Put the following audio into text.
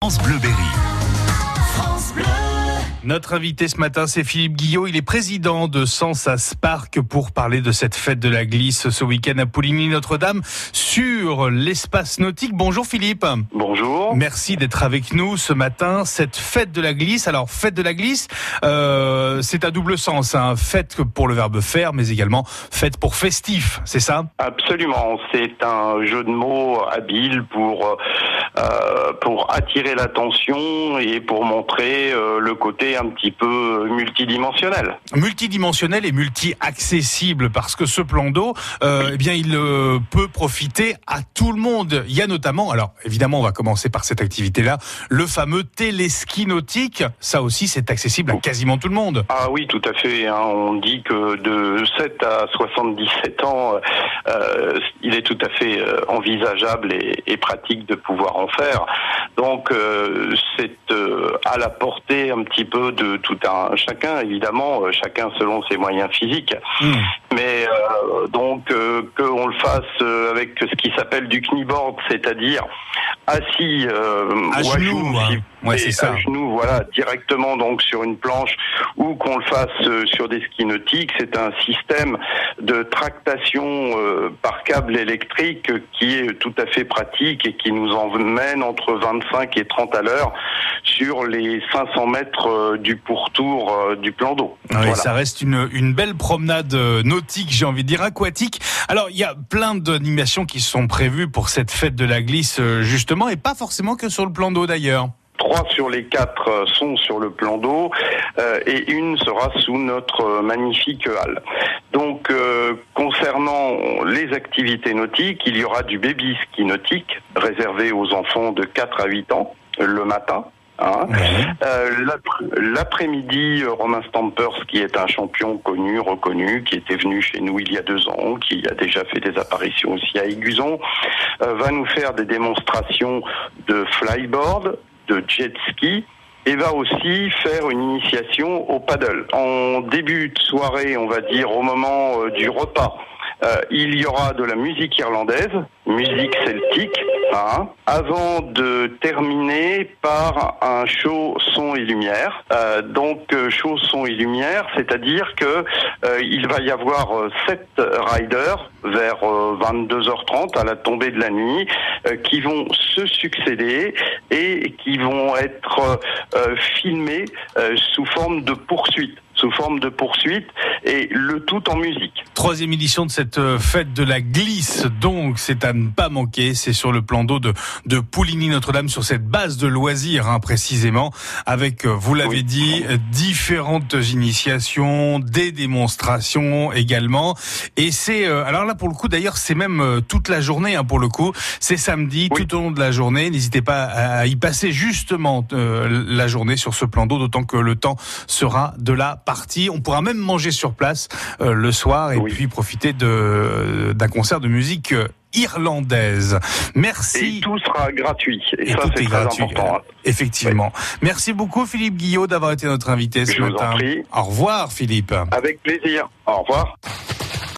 France Bleu Berry. Notre invité ce matin, c'est Philippe Guillot. Il est président de Sensas Park pour parler de cette fête de la glisse ce week-end à Pouligny-Notre-Dame sur l'espace nautique. Bonjour Philippe. Bonjour. Merci d'être avec nous ce matin. Cette fête de la glisse. Alors, fête de la glisse, c'est à double sens. Hein. Fête pour le verbe faire, mais également fête pour festif, c'est ça ? Absolument. C'est un jeu de mots habile pour attirer l'attention et pour montrer le côté un petit peu multidimensionnel. Multidimensionnel et multi-accessible, parce que ce plan d'eau, il peut profiter à tout le monde. Il y a notamment, alors évidemment on va commencer par cette activité-là, le fameux téléski nautique. Ça aussi c'est accessible à quasiment tout le monde. Ah oui, tout à fait. Hein. On dit que de 7 à 77 ans, il est tout à fait envisageable et pratique de pouvoir en faire. Donc c'est à la portée un petit peu de tout un chacun, évidemment, chacun selon ses moyens physiques. Mais qu'on le fasse avec ce qui s'appelle du kneeboard, c'est-à-dire assis à genoux, c'est ça. À genoux, voilà, directement donc sur une planche, ou qu'on le fasse sur des skis nautiques, c'est un système de tractation par câble électrique qui est tout à fait pratique et qui nous emmène entre 25 et 30 à l'heure sur les 500 mètres du pourtour du plan d'eau. Oui, voilà. Ça reste une belle promenade nautique, j'ai envie de dire aquatique. Alors, il y a plein d'animations qui sont prévues pour cette fête de la glisse, justement, et pas forcément que sur le plan d'eau d'ailleurs. 3 sur les 4 sont sur le plan d'eau et une sera sous notre magnifique halle. Donc, concernant les activités nautiques, il y aura du baby ski nautique réservé aux enfants de 4 à 8 ans le matin. L'après-midi, Romain Stampers, qui est un champion connu, reconnu, qui était venu chez nous il y a 2 ans, qui a déjà fait des apparitions aussi à Aiguzon, va nous faire des démonstrations de flyboard, de jet ski, et va aussi faire une initiation au paddle. En début de soirée, on va dire au moment du repas, il y aura de la musique irlandaise, musique celtique, avant de terminer par un show son et lumière. Show son et lumière, c'est-à-dire que il va y avoir 7 riders vers 22h30 à la tombée de la nuit qui vont se succéder et qui vont être filmés sous forme de poursuite. Et le tout en musique. 3e édition de cette fête de la glisse, donc c'est à ne pas manquer. C'est sur le plan d'eau de Pouligny-Notre-Dame, sur cette base de loisirs précisément, avec, vous l'avez dit, différentes initiations, des démonstrations également. Et c'est, alors là pour le coup d'ailleurs, c'est même toute la journée pour le coup. C'est samedi, tout au long de la journée. N'hésitez pas à y passer justement la journée sur ce plan d'eau, d'autant que le temps sera de la partie. On pourra même manger sur place le soir et puis profiter d'un concert de musique irlandaise. Merci. Et tout sera gratuit. Et ça, tout c'est est très gratuit, important. Effectivement. Oui. Merci beaucoup Philippe Guillot d'avoir été notre invité ce matin. Je vous en prie. Au revoir Philippe. Avec plaisir. Au revoir.